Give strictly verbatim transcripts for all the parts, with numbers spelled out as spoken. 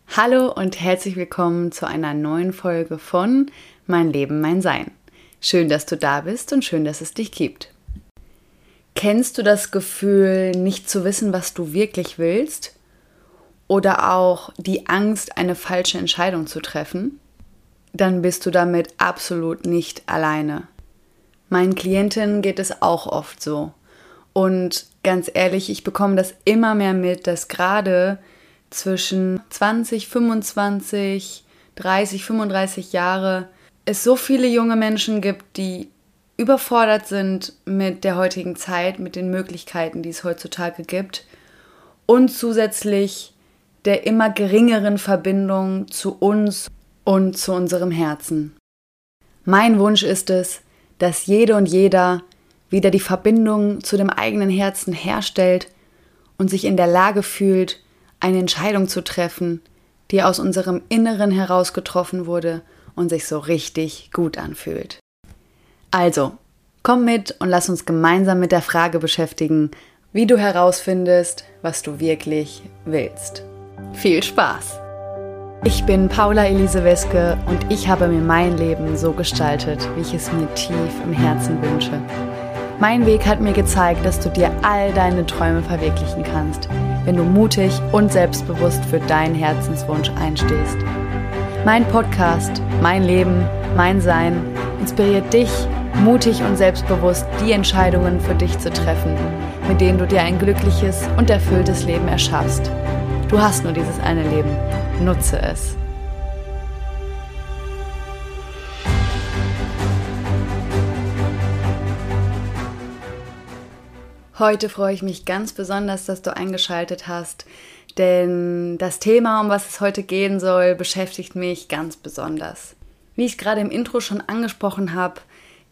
Hallo und herzlich willkommen zu einer neuen Folge von Mein Leben, mein Sein. Schön, dass du da bist und schön, dass es dich gibt. Kennst du das Gefühl, nicht zu wissen, was du wirklich willst? Oder auch die Angst, eine falsche Entscheidung zu treffen? Dann bist du damit absolut nicht alleine. Meinen Klientinnen geht es auch oft so. Und ganz ehrlich, ich bekomme das immer mehr mit, dass gerade zwischen zwanzig, fünfundzwanzig, dreißig, fünfunddreißig Jahre es so viele junge Menschen gibt, die überfordert sind mit der heutigen Zeit, mit den Möglichkeiten, die es heutzutage gibt und zusätzlich der immer geringeren Verbindung zu uns und zu unserem Herzen. Mein Wunsch ist es, dass jede und jeder wieder die Verbindung zu dem eigenen Herzen herstellt und sich in der Lage fühlt, eine Entscheidung zu treffen, die aus unserem Inneren heraus getroffen wurde und sich so richtig gut anfühlt. Also, komm mit und lass uns gemeinsam mit der Frage beschäftigen, wie du herausfindest, was du wirklich willst. Viel Spaß! Ich bin Paula Elise Weske und ich habe mir mein Leben so gestaltet, wie ich es mir tief im Herzen wünsche. Mein Weg hat mir gezeigt, dass du dir all deine Träume verwirklichen kannst, wenn du mutig und selbstbewusst für deinen Herzenswunsch einstehst. Mein Podcast, mein Leben, mein Sein inspiriert dich, mutig und selbstbewusst die Entscheidungen für dich zu treffen, mit denen du dir ein glückliches und erfülltes Leben erschaffst. Du hast nur dieses eine Leben. Nutze es. Heute freue ich mich ganz besonders, dass du eingeschaltet hast, denn das Thema, um was es heute gehen soll, beschäftigt mich ganz besonders. Wie ich gerade im Intro schon angesprochen habe,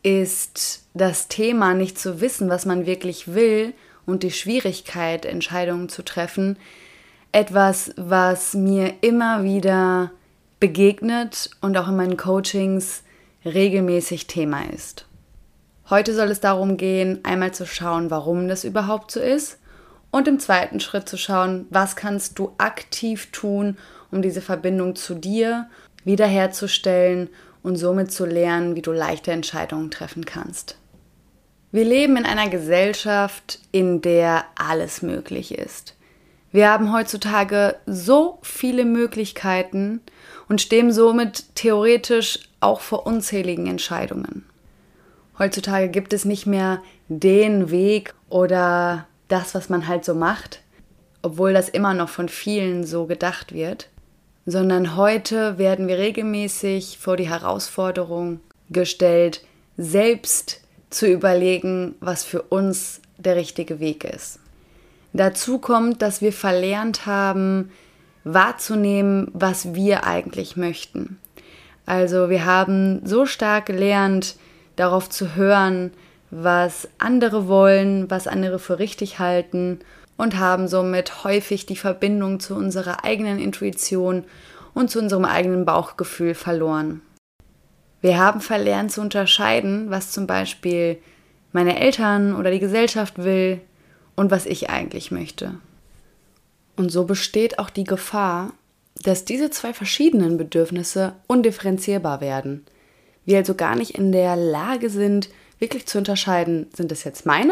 ist das Thema, nicht zu wissen, was man wirklich will und die Schwierigkeit, Entscheidungen zu treffen, etwas, was mir immer wieder begegnet und auch in meinen Coachings regelmäßig Thema ist. Heute soll es darum gehen, einmal zu schauen, warum das überhaupt so ist und im zweiten Schritt zu schauen, was kannst du aktiv tun, um diese Verbindung zu dir wiederherzustellen und somit zu lernen, wie du leichte Entscheidungen treffen kannst. Wir leben in einer Gesellschaft, in der alles möglich ist. Wir haben heutzutage so viele Möglichkeiten und stehen somit theoretisch auch vor unzähligen Entscheidungen. Heutzutage gibt es nicht mehr den Weg oder das, was man halt so macht, obwohl das immer noch von vielen so gedacht wird, sondern heute werden wir regelmäßig vor die Herausforderung gestellt, selbst zu überlegen, was für uns der richtige Weg ist. Dazu kommt, dass wir verlernt haben, wahrzunehmen, was wir eigentlich möchten. Also wir haben so stark gelernt, darauf zu hören, was andere wollen, was andere für richtig halten und haben somit häufig die Verbindung zu unserer eigenen Intuition und zu unserem eigenen Bauchgefühl verloren. Wir haben verlernt zu unterscheiden, was zum Beispiel meine Eltern oder die Gesellschaft will und was ich eigentlich möchte. Und so besteht auch die Gefahr, dass diese zwei verschiedenen Bedürfnisse undifferenzierbar werden. Wir also gar nicht in der Lage sind, wirklich zu unterscheiden, sind das jetzt meine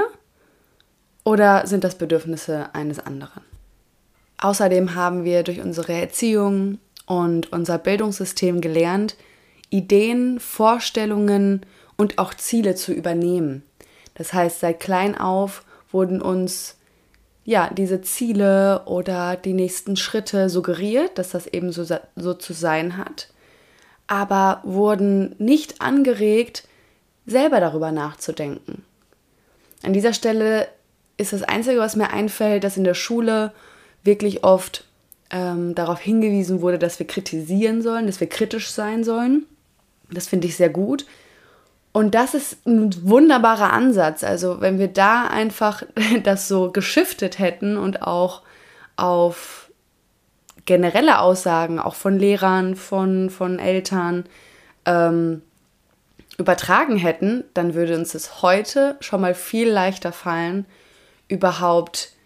oder sind das Bedürfnisse eines anderen. Außerdem haben wir durch unsere Erziehung und unser Bildungssystem gelernt, Ideen, Vorstellungen und auch Ziele zu übernehmen. Das heißt, seit klein auf wurden uns ja diese Ziele oder die nächsten Schritte suggeriert, dass das eben so, so zu sein hat, aber wurden nicht angeregt, selber darüber nachzudenken. An dieser Stelle ist das Einzige, was mir einfällt, dass in der Schule wirklich oft ähm, darauf hingewiesen wurde, dass wir kritisieren sollen, dass wir kritisch sein sollen. Das finde ich sehr gut. Und das ist ein wunderbarer Ansatz. Also wenn wir da einfach das so geschiftet hätten und auch auf generelle Aussagen, auch von Lehrern, von, von Eltern, ähm, übertragen hätten, dann würde uns es heute schon mal viel leichter fallen, überhaupt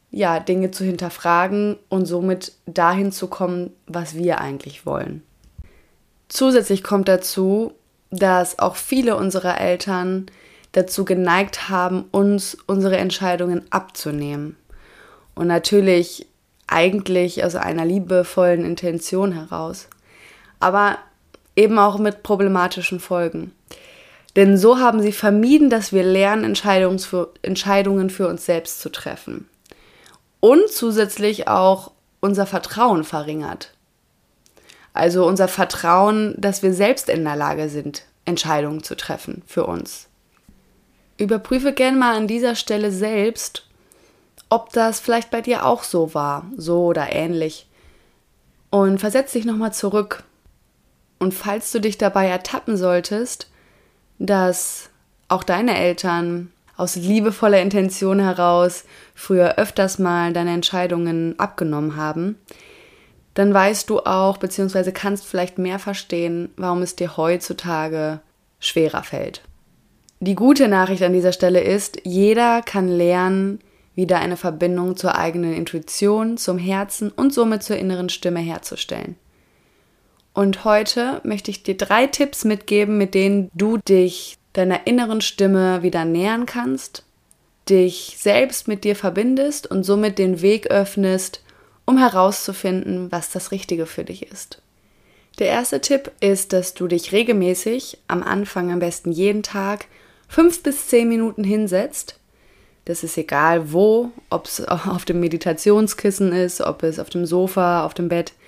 ja, Dinge zu hinterfragen und somit dahin zu kommen, was wir eigentlich wollen. Zusätzlich kommt dazu, dass auch viele unserer Eltern dazu geneigt haben, uns unsere Entscheidungen abzunehmen. Und natürlich eigentlich aus einer liebevollen Intention heraus, aber eben auch mit problematischen Folgen. Denn so haben sie vermieden, dass wir lernen, Entscheidungen für uns selbst zu treffen. Und zusätzlich auch unser Vertrauen verringert. Also unser Vertrauen, dass wir selbst in der Lage sind, Entscheidungen zu treffen für uns. Überprüfe gerne mal an dieser Stelle selbst, ob das vielleicht bei dir auch so war, so oder ähnlich. Und versetz dich nochmal zurück. Und falls du dich dabei ertappen solltest, dass auch deine Eltern aus liebevoller Intention heraus früher öfters mal deine Entscheidungen abgenommen haben, dann weißt du auch, beziehungsweise kannst vielleicht mehr verstehen, warum es dir heutzutage schwerer fällt. Die gute Nachricht an dieser Stelle ist, jeder kann lernen, wieder eine Verbindung zur eigenen Intuition, zum Herzen und somit zur inneren Stimme herzustellen. Und heute möchte ich dir drei Tipps mitgeben, mit denen du dich deiner inneren Stimme wieder nähern kannst, dich selbst mit dir verbindest und somit den Weg öffnest, um herauszufinden, was das Richtige für dich ist. Der erste Tipp ist, dass du dich regelmäßig, am Anfang am besten jeden Tag, fünf bis zehn Minuten hinsetzt. Das ist egal wo, ob es auf dem Meditationskissen ist, ob es auf dem Sofa, auf dem Bett.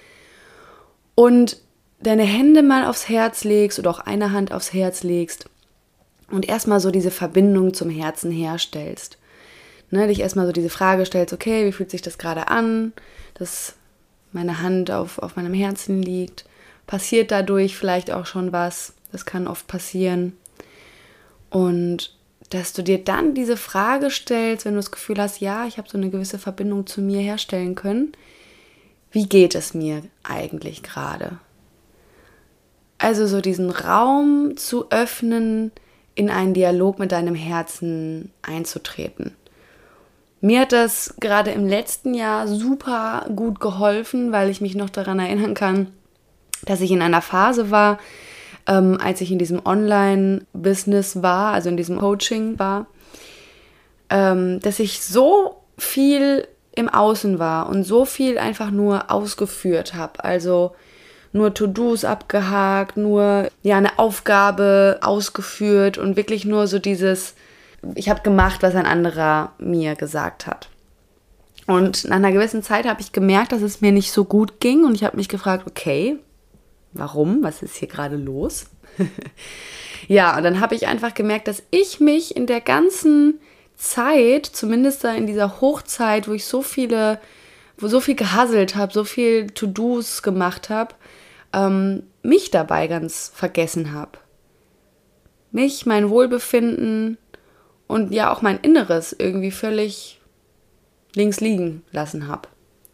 Und deine Hände mal aufs Herz legst oder auch eine Hand aufs Herz legst und erstmal so diese Verbindung zum Herzen herstellst. Ne, dich erstmal so diese Frage stellst, okay, wie fühlt sich das gerade an, dass meine Hand auf, auf meinem Herzen liegt? Passiert dadurch vielleicht auch schon was? Das kann oft passieren. Und dass du dir dann diese Frage stellst, wenn du das Gefühl hast, ja, ich habe so eine gewisse Verbindung zu mir herstellen können. Wie geht es mir eigentlich gerade? Also so diesen Raum zu öffnen, in einen Dialog mit deinem Herzen einzutreten. Mir hat das gerade im letzten Jahr super gut geholfen, weil ich mich noch daran erinnern kann, dass ich in einer Phase war, ähm, als ich in diesem Online-Business war, also in diesem Coaching war, ähm, dass ich so viel im Außen war und so viel einfach nur ausgeführt habe. Also nur To-Dos abgehakt, nur ja eine Aufgabe ausgeführt und wirklich nur so dieses, ich habe gemacht, was ein anderer mir gesagt hat. Und nach einer gewissen Zeit habe ich gemerkt, dass es mir nicht so gut ging und ich habe mich gefragt, okay, warum? Was ist hier gerade los? Ja, und dann habe ich einfach gemerkt, dass ich mich in der ganzen Zeit, zumindest in dieser Hochzeit, wo ich so viele, wo so viel gehasselt habe, so viel To-Dos gemacht habe, ähm, mich dabei ganz vergessen habe. Mich, mein Wohlbefinden und ja auch mein Inneres irgendwie völlig links liegen lassen habe.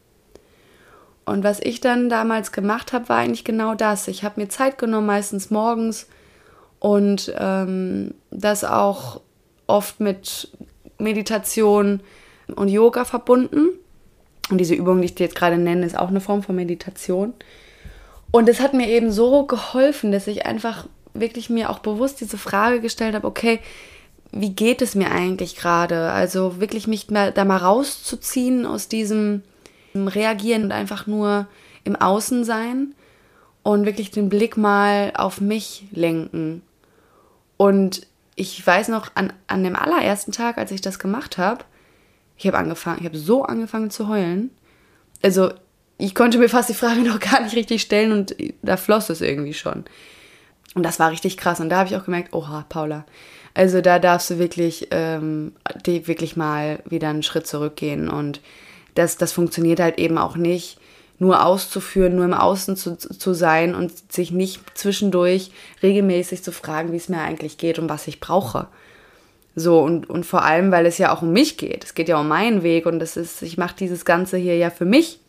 Und was ich dann damals gemacht habe, war eigentlich genau das. Ich habe mir Zeit genommen, meistens morgens und ähm, das auch oft mit Meditation und Yoga verbunden. Und diese Übung, die ich dir jetzt gerade nenne, ist auch eine Form von Meditation. Und es hat mir eben so geholfen, dass ich einfach wirklich mir auch bewusst diese Frage gestellt habe, okay, wie geht es mir eigentlich gerade? Also wirklich mich mal, da mal rauszuziehen aus diesem Reagieren und einfach nur im Außen sein und wirklich den Blick mal auf mich lenken. Und ich weiß noch, an, an dem allerersten Tag, als ich das gemacht habe, ich habe angefangen, ich habe so angefangen zu heulen. Also ich konnte mir fast die Frage noch gar nicht richtig stellen und da floss es irgendwie schon. Und das war richtig krass. Und da habe ich auch gemerkt, oha, Paula, also da darfst du wirklich, ähm, die wirklich mal wieder einen Schritt zurückgehen. Und das, das funktioniert halt eben auch nicht, nur auszuführen, nur im Außen zu, zu sein und sich nicht zwischendurch regelmäßig zu fragen, wie es mir eigentlich geht und was ich brauche. So, und, und vor allem, weil es ja auch um mich geht. Es geht ja um meinen Weg und das ist, ich mache dieses Ganze hier ja für mich.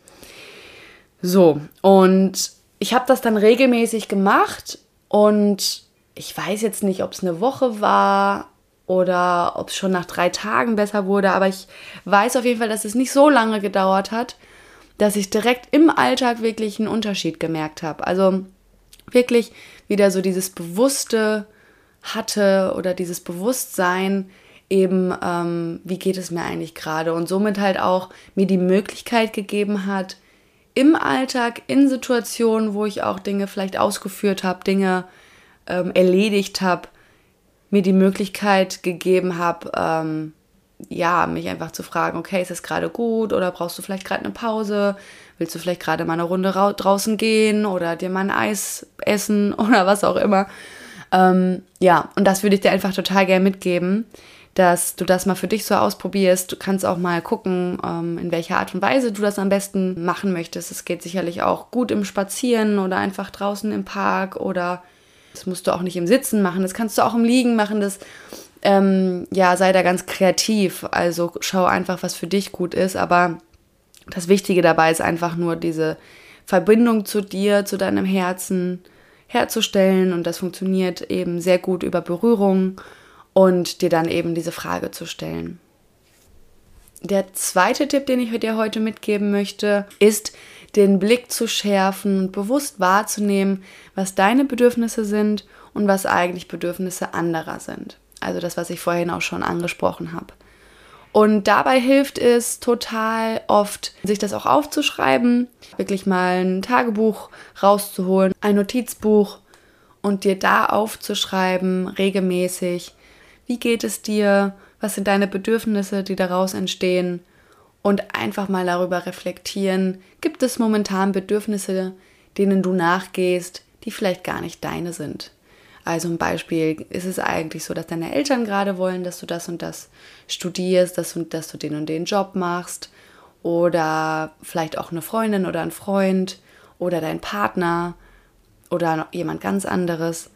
So, und ich habe das dann regelmäßig gemacht und ich weiß jetzt nicht, ob es eine Woche war oder ob es schon nach drei Tagen besser wurde. Aber ich weiß auf jeden Fall, dass es nicht so lange gedauert hat, dass ich direkt im Alltag wirklich einen Unterschied gemerkt habe. Also wirklich wieder so dieses Bewusste hatte oder dieses Bewusstsein eben, ähm, wie geht es mir eigentlich gerade, und somit halt auch mir die Möglichkeit gegeben hat, im Alltag, in Situationen, wo ich auch Dinge vielleicht ausgeführt habe, Dinge ähm, erledigt habe, mir die Möglichkeit gegeben habe, ähm, ja, mich einfach zu fragen, okay, ist das gerade gut oder brauchst du vielleicht gerade eine Pause? Willst du vielleicht gerade mal eine Runde ra- draußen gehen oder dir mal ein Eis essen oder was auch immer? Ähm, ja, und das würde ich dir einfach total gerne mitgeben, dass du das mal für dich so ausprobierst. Du kannst auch mal gucken, ähm, in welcher Art und Weise du das am besten machen möchtest. Es geht sicherlich auch gut im Spazieren oder einfach draußen im Park, oder das musst du auch nicht im Sitzen machen, das kannst du auch im Liegen machen. Das, ähm, ja, sei da ganz kreativ. Also schau einfach, was für dich gut ist, aber das Wichtige dabei ist einfach nur diese Verbindung zu dir, zu deinem Herzen herzustellen, und das funktioniert eben sehr gut über Berührung und dir dann eben diese Frage zu stellen. Der zweite Tipp, den ich dir heute mitgeben möchte, ist, den Blick zu schärfen und bewusst wahrzunehmen, was deine Bedürfnisse sind und was eigentlich Bedürfnisse anderer sind. Also das, was ich vorhin auch schon angesprochen habe. Und dabei hilft es total oft, sich das auch aufzuschreiben, wirklich mal ein Tagebuch rauszuholen, ein Notizbuch, und dir da aufzuschreiben, regelmäßig, wie geht es dir, was sind deine Bedürfnisse, die daraus entstehen, und einfach mal darüber reflektieren, gibt es momentan Bedürfnisse, denen du nachgehst, die vielleicht gar nicht deine sind. Also ein Beispiel, ist es eigentlich so, dass deine Eltern gerade wollen, dass du das und das studierst, dass du, dass du den und den Job machst, oder vielleicht auch eine Freundin oder ein Freund oder dein Partner oder noch jemand ganz anderes.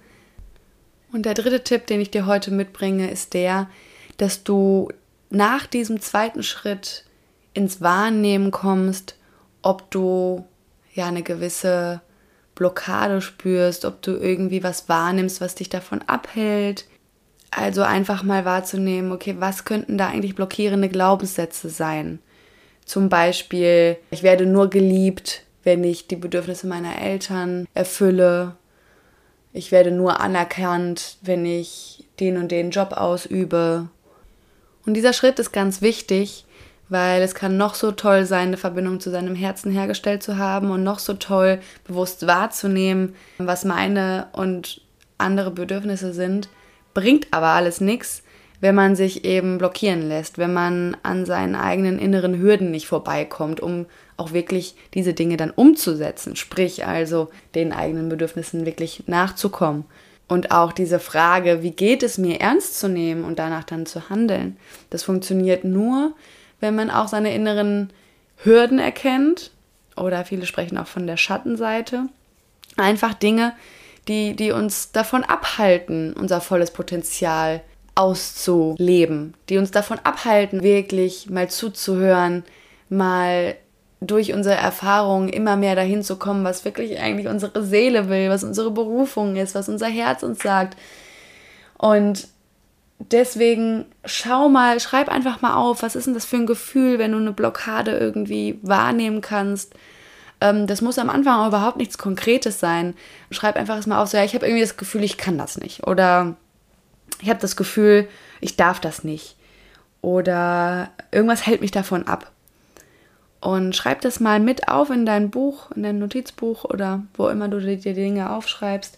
Und der dritte Tipp, den ich dir heute mitbringe, ist der, dass du nach diesem zweiten Schritt ins Wahrnehmen kommst, ob du ja eine gewisse Blockade spürst, ob du irgendwie was wahrnimmst, was dich davon abhält. Also einfach mal wahrzunehmen, okay, was könnten da eigentlich blockierende Glaubenssätze sein? Zum Beispiel, ich werde nur geliebt, wenn ich die Bedürfnisse meiner Eltern erfülle. Ich werde nur anerkannt, wenn ich den und den Job ausübe. Und dieser Schritt ist ganz wichtig, weil es kann noch so toll sein, eine Verbindung zu seinem Herzen hergestellt zu haben und noch so toll bewusst wahrzunehmen, was meine und andere Bedürfnisse sind, bringt aber alles nichts, wenn man sich eben blockieren lässt, wenn man an seinen eigenen inneren Hürden nicht vorbeikommt, um auch wirklich diese Dinge dann umzusetzen, sprich also den eigenen Bedürfnissen wirklich nachzukommen. Und auch diese Frage, wie geht es mir, ernst zu nehmen und danach dann zu handeln, das funktioniert nur, wenn man auch seine inneren Hürden erkennt, oder viele sprechen auch von der Schattenseite. Einfach Dinge, die, die uns davon abhalten, unser volles Potenzial auszuleben, die uns davon abhalten, wirklich mal zuzuhören, mal durch unsere Erfahrungen immer mehr dahin zu kommen, was wirklich eigentlich unsere Seele will, was unsere Berufung ist, was unser Herz uns sagt. Und deswegen schau mal, schreib einfach mal auf, was ist denn das für ein Gefühl, wenn du eine Blockade irgendwie wahrnehmen kannst. Ähm, das muss am Anfang auch überhaupt nichts Konkretes sein. Schreib einfach erstmal auf, so, ja, ich habe irgendwie das Gefühl, ich kann das nicht. Oder ich habe das Gefühl, ich darf das nicht. Oder irgendwas hält mich davon ab. Und schreib das mal mit auf in dein Buch, in dein Notizbuch oder wo immer du dir die Dinge aufschreibst.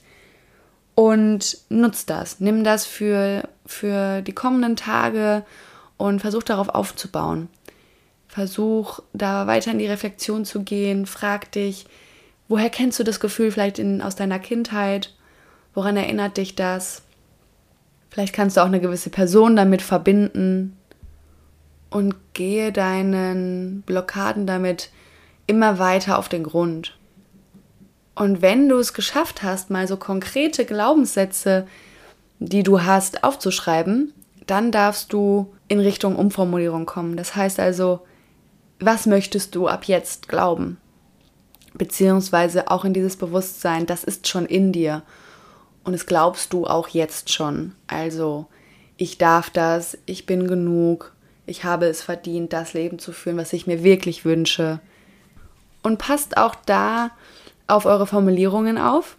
Und nutz das. Nimm das für, für die kommenden Tage und versuch darauf aufzubauen. Versuch da weiter in die Reflexion zu gehen. Frag dich, woher kennst du das Gefühl vielleicht in, aus deiner Kindheit? Woran erinnert dich das? Vielleicht kannst du auch eine gewisse Person damit verbinden. Und gehe deinen Blockaden damit immer weiter auf den Grund. Und wenn du es geschafft hast, mal so konkrete Glaubenssätze, die du hast, aufzuschreiben, dann darfst du in Richtung Umformulierung kommen. Das heißt also, was möchtest du ab jetzt glauben? Beziehungsweise auch in dieses Bewusstsein, das ist schon in dir. Und das glaubst du auch jetzt schon. Also ich darf das, ich bin genug, ich habe es verdient, das Leben zu führen, was ich mir wirklich wünsche. Und passt auch da auf eure Formulierungen auf,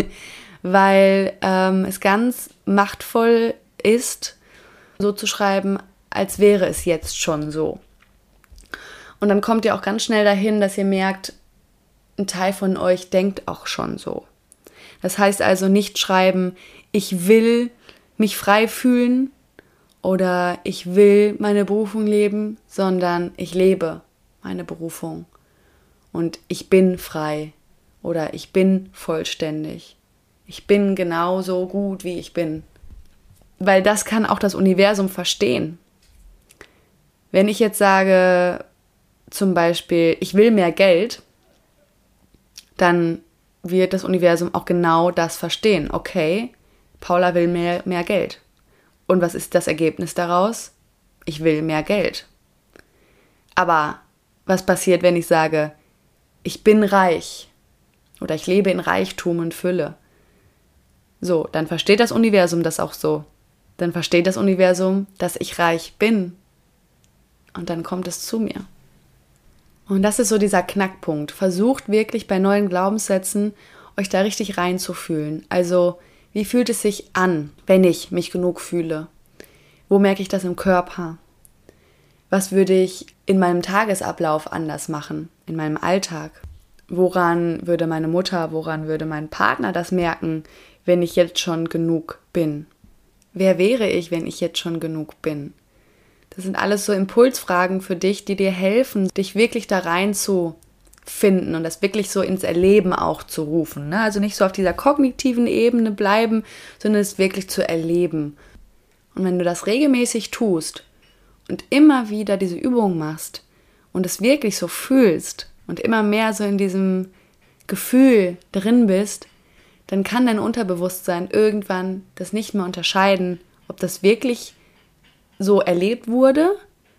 weil ähm, es ganz machtvoll ist, so zu schreiben, als wäre es jetzt schon so. Und dann kommt ihr auch ganz schnell dahin, dass ihr merkt, ein Teil von euch denkt auch schon so. Das heißt also nicht schreiben, ich will mich frei fühlen oder ich will meine Berufung leben, sondern ich lebe meine Berufung und ich bin frei oder ich bin vollständig. Ich bin genauso gut, wie ich bin. Weil das kann auch das Universum verstehen. Wenn ich jetzt sage, zum Beispiel, ich will mehr Geld, dann wird das Universum auch genau das verstehen. Okay, Paula will mehr, mehr Geld. Und was ist das Ergebnis daraus? Ich will mehr Geld. Aber was passiert, wenn ich sage, ich bin reich oder ich lebe in Reichtum und Fülle? So, dann versteht das Universum das auch so. Dann versteht das Universum, dass ich reich bin. Und dann kommt es zu mir. Und das ist so dieser Knackpunkt. Versucht wirklich bei neuen Glaubenssätzen, euch da richtig reinzufühlen. Also, wie fühlt es sich an, wenn ich mich genug fühle? Wo merke ich das im Körper? Was würde ich in meinem Tagesablauf anders machen, in meinem Alltag? Woran würde meine Mutter, woran würde mein Partner das merken, wenn ich jetzt schon genug bin? Wer wäre ich, wenn ich jetzt schon genug bin? Das sind alles so Impulsfragen für dich, die dir helfen, dich wirklich da rein zu finden und das wirklich so ins Erleben auch zu rufen. Ne? Also nicht so auf dieser kognitiven Ebene bleiben, sondern es wirklich zu erleben. Und wenn du das regelmäßig tust und immer wieder diese Übung machst und es wirklich so fühlst und immer mehr so in diesem Gefühl drin bist, dann kann dein Unterbewusstsein irgendwann das nicht mehr unterscheiden, ob das wirklich so erlebt wurde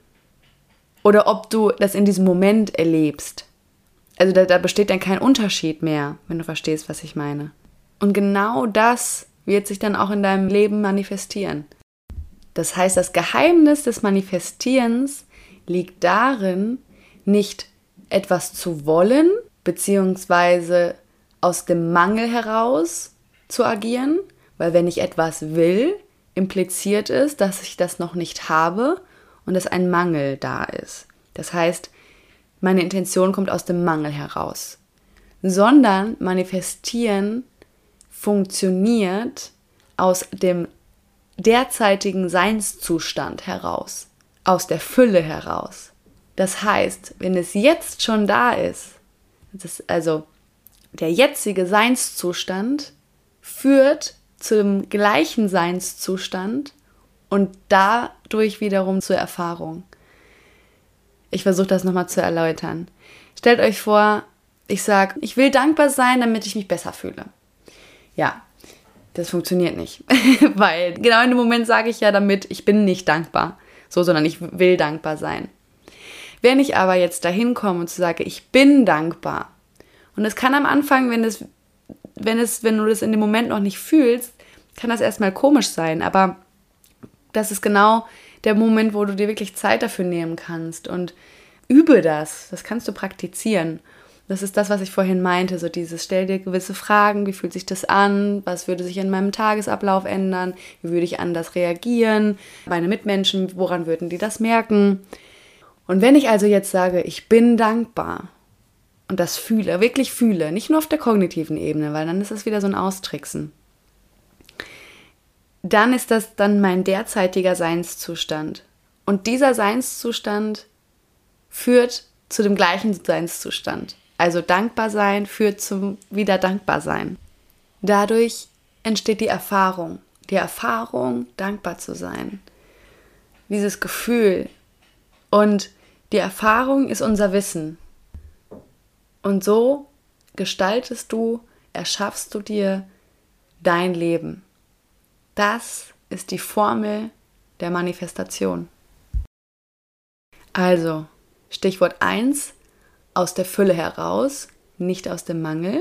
oder ob du das in diesem Moment erlebst. Also da, da besteht dann kein Unterschied mehr, wenn du verstehst, was ich meine. Und genau das wird sich dann auch in deinem Leben manifestieren. Das heißt, das Geheimnis des Manifestierens liegt darin, nicht etwas zu wollen, beziehungsweise aus dem Mangel heraus zu agieren, weil wenn ich etwas will, impliziert ist, dass ich das noch nicht habe und dass ein Mangel da ist. Das heißt, meine Intention kommt aus dem Mangel heraus. Sondern manifestieren funktioniert aus dem derzeitigen Seinszustand heraus, aus der Fülle heraus. Das heißt, wenn es jetzt schon da ist, das ist also der jetzige Seinszustand führt zum gleichen Seinszustand und dadurch wiederum zur Erfahrung. Ich versuche das nochmal zu erläutern. Stellt euch vor, ich sage, ich will dankbar sein, damit ich mich besser fühle. Ja, das funktioniert nicht, weil genau in dem Moment sage ich ja damit, ich bin nicht dankbar, so, sondern ich will dankbar sein. Wenn ich aber jetzt dahin komme und zu sage, ich bin dankbar, und es kann am Anfang, wenn es Wenn, es, wenn du das in dem Moment noch nicht fühlst, kann das erstmal komisch sein. Aber das ist genau der Moment, wo du dir wirklich Zeit dafür nehmen kannst. Und übe das. Das kannst du praktizieren. Das ist das, was ich vorhin meinte. So dieses, stell dir gewisse Fragen. Wie fühlt sich das an? Was würde sich in meinem Tagesablauf ändern? Wie würde ich anders reagieren? Meine Mitmenschen, woran würden die das merken? Und wenn ich also jetzt sage, ich bin dankbar, und das fühle, wirklich fühle, nicht nur auf der kognitiven Ebene, weil dann ist das wieder so ein Austricksen. Dann ist das dann mein derzeitiger Seinszustand. Und dieser Seinszustand führt zu dem gleichen Seinszustand. Also dankbar sein führt zum wieder dankbar sein. Dadurch entsteht die Erfahrung. Die Erfahrung, dankbar zu sein. Dieses Gefühl. Und die Erfahrung ist unser Wissen. Und so gestaltest du, erschaffst du dir dein Leben. Das ist die Formel der Manifestation. Also, Stichwort eins, aus der Fülle heraus, nicht aus dem Mangel.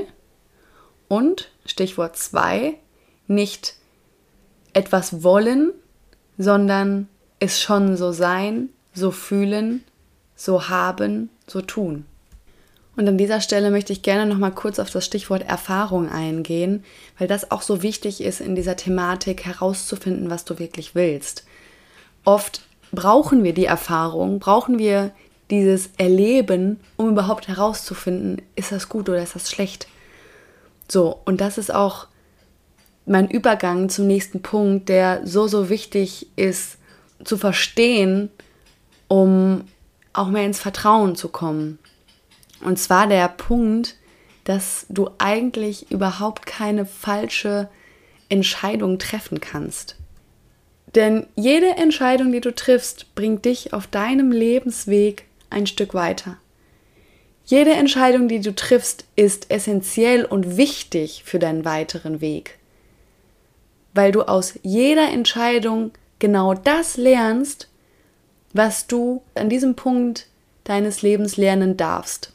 Und Stichwort zwei, nicht etwas wollen, sondern es schon so sein, so fühlen, so haben, so tun. Und an dieser Stelle möchte ich gerne noch mal kurz auf das Stichwort Erfahrung eingehen, weil das auch so wichtig ist in dieser Thematik herauszufinden, was du wirklich willst. Oft brauchen wir die Erfahrung, brauchen wir dieses Erleben, um überhaupt herauszufinden, ist das gut oder ist das schlecht. So, und das ist auch mein Übergang zum nächsten Punkt, der so, so wichtig ist zu verstehen, um auch mehr ins Vertrauen zu kommen. Und zwar der Punkt, dass du eigentlich überhaupt keine falsche Entscheidung treffen kannst. Denn jede Entscheidung, die du triffst, bringt dich auf deinem Lebensweg ein Stück weiter. Jede Entscheidung, die du triffst, ist essentiell und wichtig für deinen weiteren Weg. Weil du aus jeder Entscheidung genau das lernst, was du an diesem Punkt deines Lebens lernen darfst.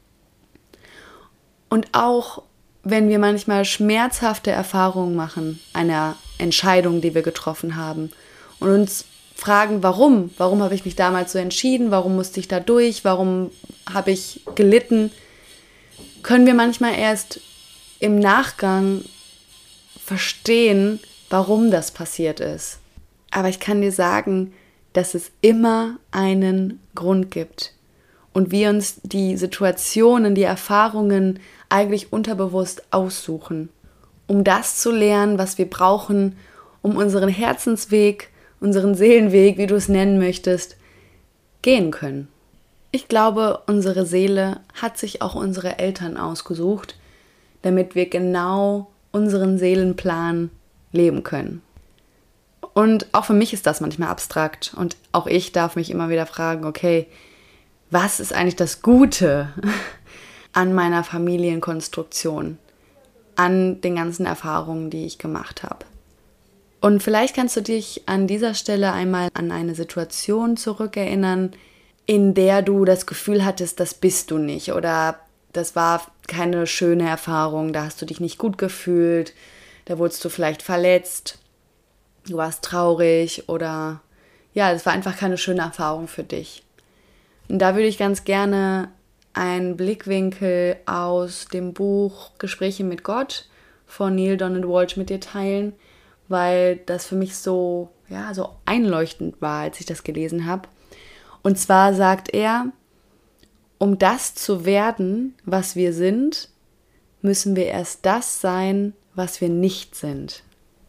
Und auch wenn wir manchmal schmerzhafte Erfahrungen machen, einer Entscheidung, die wir getroffen haben und uns fragen, warum? Warum habe ich mich damals so entschieden? Warum musste ich da durch? Warum habe ich gelitten? Können wir manchmal erst im Nachgang verstehen, warum das passiert ist. Aber ich kann dir sagen, dass es immer einen Grund gibt. Und wir uns die Situationen, die Erfahrungen eigentlich unterbewusst aussuchen, um das zu lernen, was wir brauchen, um unseren Herzensweg, unseren Seelenweg, wie du es nennen möchtest, gehen können. Ich glaube, unsere Seele hat sich auch unsere Eltern ausgesucht, damit wir genau unseren Seelenplan leben können. Und auch für mich ist das manchmal abstrakt und auch ich darf mich immer wieder fragen, okay, was ist eigentlich das Gute an meiner Familienkonstruktion, an den ganzen Erfahrungen, die ich gemacht habe? Und vielleicht kannst du dich an dieser Stelle einmal an eine Situation zurückerinnern, in der du das Gefühl hattest, das bist du nicht oder das war keine schöne Erfahrung, da hast du dich nicht gut gefühlt, da wurdest du vielleicht verletzt, du warst traurig oder ja, das war einfach keine schöne Erfahrung für dich. Und da würde ich ganz gerne einen Blickwinkel aus dem Buch Gespräche mit Gott von Neale Donald Walsch mit dir teilen, weil das für mich so, ja, so einleuchtend war, als ich das gelesen habe. Und zwar sagt er, um das zu werden, was wir sind, müssen wir erst das sein, was wir nicht sind.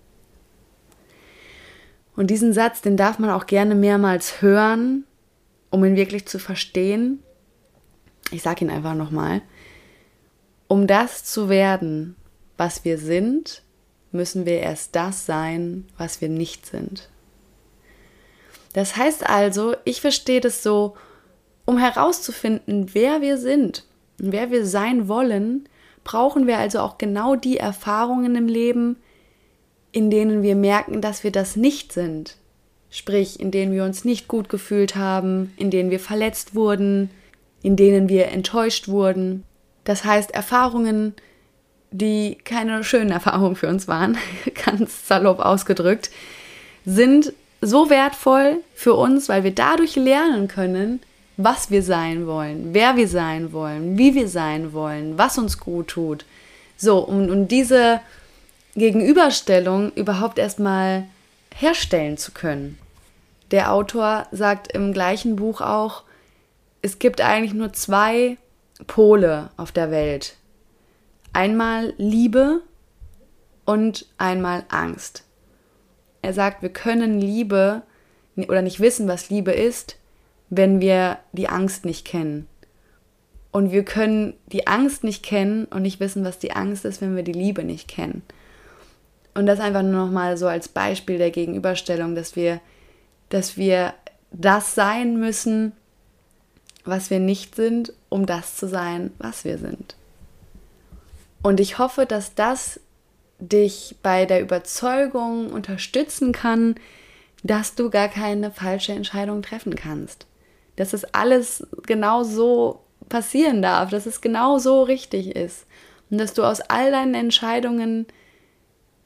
Und diesen Satz, den darf man auch gerne mehrmals hören, um ihn wirklich zu verstehen. Ich sage ihn einfach nochmal. Um das zu werden, was wir sind, müssen wir erst das sein, was wir nicht sind. Das heißt also, ich verstehe das so, um herauszufinden, wer wir sind und wer wir sein wollen, brauchen wir also auch genau die Erfahrungen im Leben, in denen wir merken, dass wir das nicht sind. Sprich, in denen wir uns nicht gut gefühlt haben, in denen wir verletzt wurden, in denen wir enttäuscht wurden. Das heißt, Erfahrungen, die keine schönen Erfahrungen für uns waren, ganz salopp ausgedrückt, sind so wertvoll für uns, weil wir dadurch lernen können, was wir sein wollen, wer wir sein wollen, wie wir sein wollen, was uns gut tut. So, um, um diese Gegenüberstellung überhaupt erstmal herstellen zu können. Der Autor sagt im gleichen Buch auch, es gibt eigentlich nur zwei Pole auf der Welt. Einmal Liebe und einmal Angst. Er sagt, wir können Liebe oder nicht wissen, was Liebe ist, wenn wir die Angst nicht kennen. Und wir können die Angst nicht kennen und nicht wissen, was die Angst ist, wenn wir die Liebe nicht kennen. Und das einfach nur noch mal so als Beispiel der Gegenüberstellung, dass wir, dass wir das sein müssen, was wir nicht sind, um das zu sein, was wir sind. Und ich hoffe, dass das dich bei der Überzeugung unterstützen kann, dass du gar keine falsche Entscheidung treffen kannst. Dass es alles genau so passieren darf, dass es genau so richtig ist. Und dass du aus all deinen Entscheidungen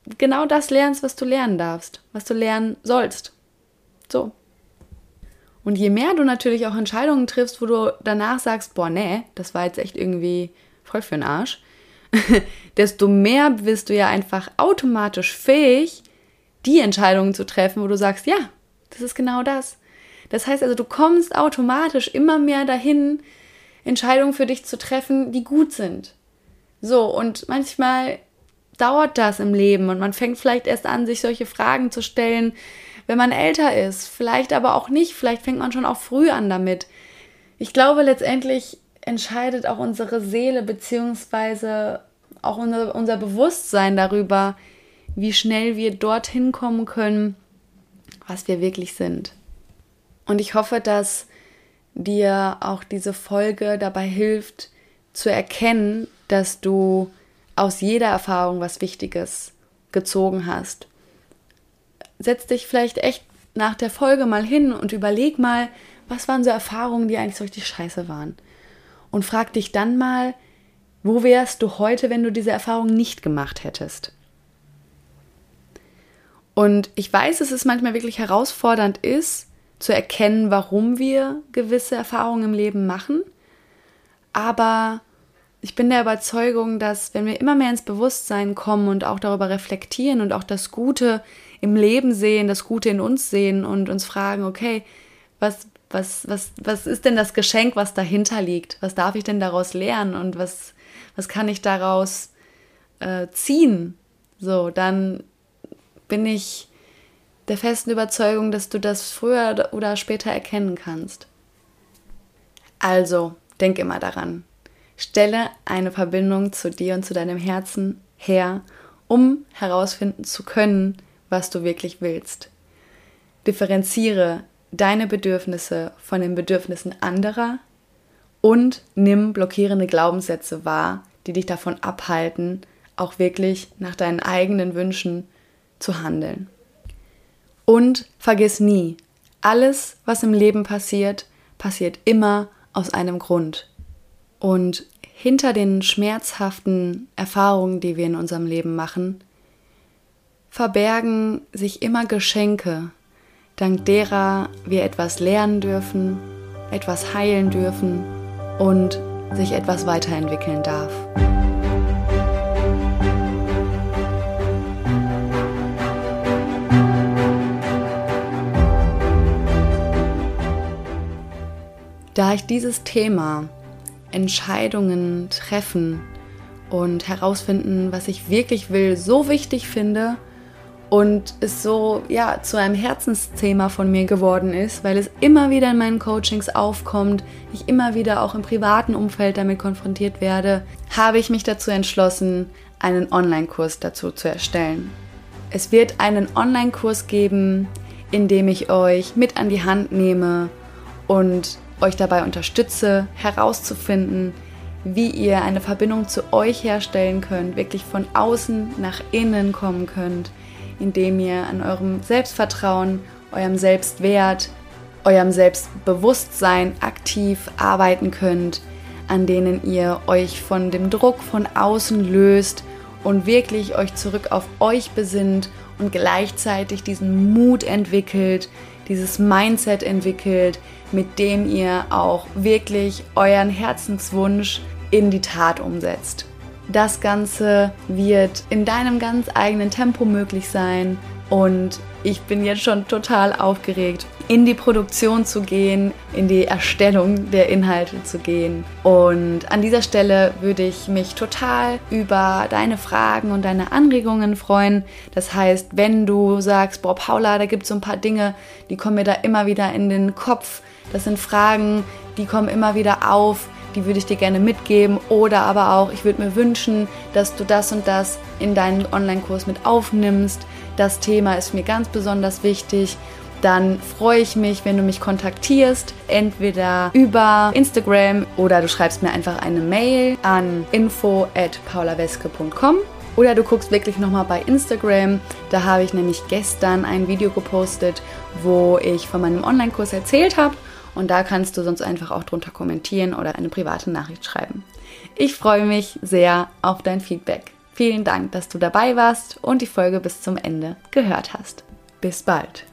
genau das lernst, was du lernen darfst, was du lernen sollst. So. Und je mehr du natürlich auch Entscheidungen triffst, wo du danach sagst, boah, nee, das war jetzt echt irgendwie voll für den Arsch, desto mehr bist du ja einfach automatisch fähig, die Entscheidungen zu treffen, wo du sagst, ja, das ist genau das. Das heißt also, du kommst automatisch immer mehr dahin, Entscheidungen für dich zu treffen, die gut sind. So, und manchmal dauert das im Leben und man fängt vielleicht erst an, sich solche Fragen zu stellen, wenn man älter ist. Vielleicht aber auch nicht, vielleicht fängt man schon auch früh an damit. Ich glaube, letztendlich entscheidet auch unsere Seele beziehungsweise auch unser, unser Bewusstsein darüber, wie schnell wir dorthin kommen können, was wir wirklich sind. Und ich hoffe, dass dir auch diese Folge dabei hilft, zu erkennen, dass du aus jeder Erfahrung was Wichtiges gezogen hast. Setz dich vielleicht echt nach der Folge mal hin und überleg mal, was waren so Erfahrungen, die eigentlich so richtig scheiße waren. Und frag dich dann mal, wo wärst du heute, wenn du diese Erfahrung nicht gemacht hättest? Und ich weiß, dass es manchmal wirklich herausfordernd ist, zu erkennen, warum wir gewisse Erfahrungen im Leben machen. Aber ich bin der Überzeugung, dass wenn wir immer mehr ins Bewusstsein kommen und auch darüber reflektieren und auch das Gute im Leben sehen, das Gute in uns sehen und uns fragen, okay, was, was, was, was ist denn das Geschenk, was dahinter liegt? Was darf ich denn daraus lernen und was, was kann ich daraus äh, ziehen? So, dann bin ich der festen Überzeugung, dass du das früher oder später erkennen kannst. Also, denk immer daran. Stelle eine Verbindung zu dir und zu deinem Herzen her, um herausfinden zu können, was du wirklich willst. Differenziere deine Bedürfnisse von den Bedürfnissen anderer und nimm blockierende Glaubenssätze wahr, die dich davon abhalten, auch wirklich nach deinen eigenen Wünschen zu handeln. Und vergiss nie, alles, was im Leben passiert, passiert immer aus einem Grund. Und hinter den schmerzhaften Erfahrungen, die wir in unserem Leben machen, verbergen sich immer Geschenke, dank derer wir etwas lernen dürfen, etwas heilen dürfen und sich etwas weiterentwickeln darf. Da ich dieses Thema Entscheidungen treffen und herausfinden, was ich wirklich will, so wichtig finde und es so ja zu einem Herzensthema von mir geworden ist, weil es immer wieder in meinen Coachings aufkommt, ich immer wieder auch im privaten Umfeld damit konfrontiert werde, habe ich mich dazu entschlossen, einen Online-Kurs dazu zu erstellen. Es wird einen Online-Kurs geben, in dem ich euch mit an die Hand nehme und euch dabei unterstütze, herauszufinden, wie ihr eine Verbindung zu euch herstellen könnt, wirklich von außen nach innen kommen könnt, indem ihr an eurem Selbstvertrauen, eurem Selbstwert, eurem Selbstbewusstsein aktiv arbeiten könnt, an denen ihr euch von dem Druck von außen löst und wirklich euch zurück auf euch besinnt und gleichzeitig diesen Mut entwickelt, dieses Mindset entwickelt, mit dem ihr auch wirklich euren Herzenswunsch in die Tat umsetzt. Das Ganze wird in deinem ganz eigenen Tempo möglich sein und ich bin jetzt schon total aufgeregt, in die Produktion zu gehen, in die Erstellung der Inhalte zu gehen. Und an dieser Stelle würde ich mich total über deine Fragen und deine Anregungen freuen. Das heißt, wenn du sagst, boah Paula, da gibt es so ein paar Dinge, die kommen mir da immer wieder in den Kopf. Das sind Fragen, die kommen immer wieder auf, die würde ich dir gerne mitgeben. Oder aber auch, ich würde mir wünschen, dass du das und das in deinen Online-Kurs mit aufnimmst. Das Thema ist mir ganz besonders wichtig. Dann freue ich mich, wenn du mich kontaktierst, entweder über Instagram oder du schreibst mir einfach eine Mail an info at paulaweske punkt com oder du guckst wirklich nochmal bei Instagram. Da habe ich nämlich gestern ein Video gepostet, wo ich von meinem Online-Kurs erzählt habe und da kannst du sonst einfach auch drunter kommentieren oder eine private Nachricht schreiben. Ich freue mich sehr auf dein Feedback. vielen Dank, dass du dabei warst und die Folge bis zum Ende gehört hast. Bis bald!